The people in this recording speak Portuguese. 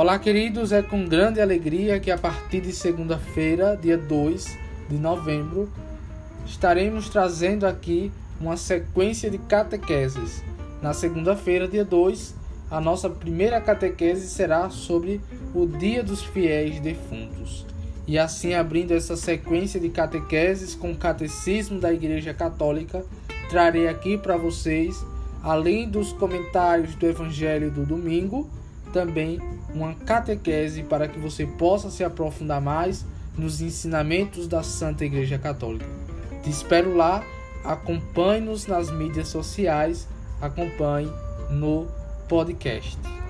Olá, queridos, é com grande alegria que a partir de segunda-feira, dia 2 de novembro, estaremos trazendo aqui uma sequência de catequeses. Na segunda-feira, dia 2, a nossa primeira catequese será sobre o Dia dos Fiéis Defuntos. E assim, abrindo essa sequência de catequeses com o Catecismo da Igreja Católica, trarei aqui para vocês, além dos comentários do Evangelho do domingo, também uma catequese para que você possa se aprofundar mais nos ensinamentos da Santa Igreja Católica. Te espero lá, acompanhe-nos nas mídias sociais, acompanhe no podcast.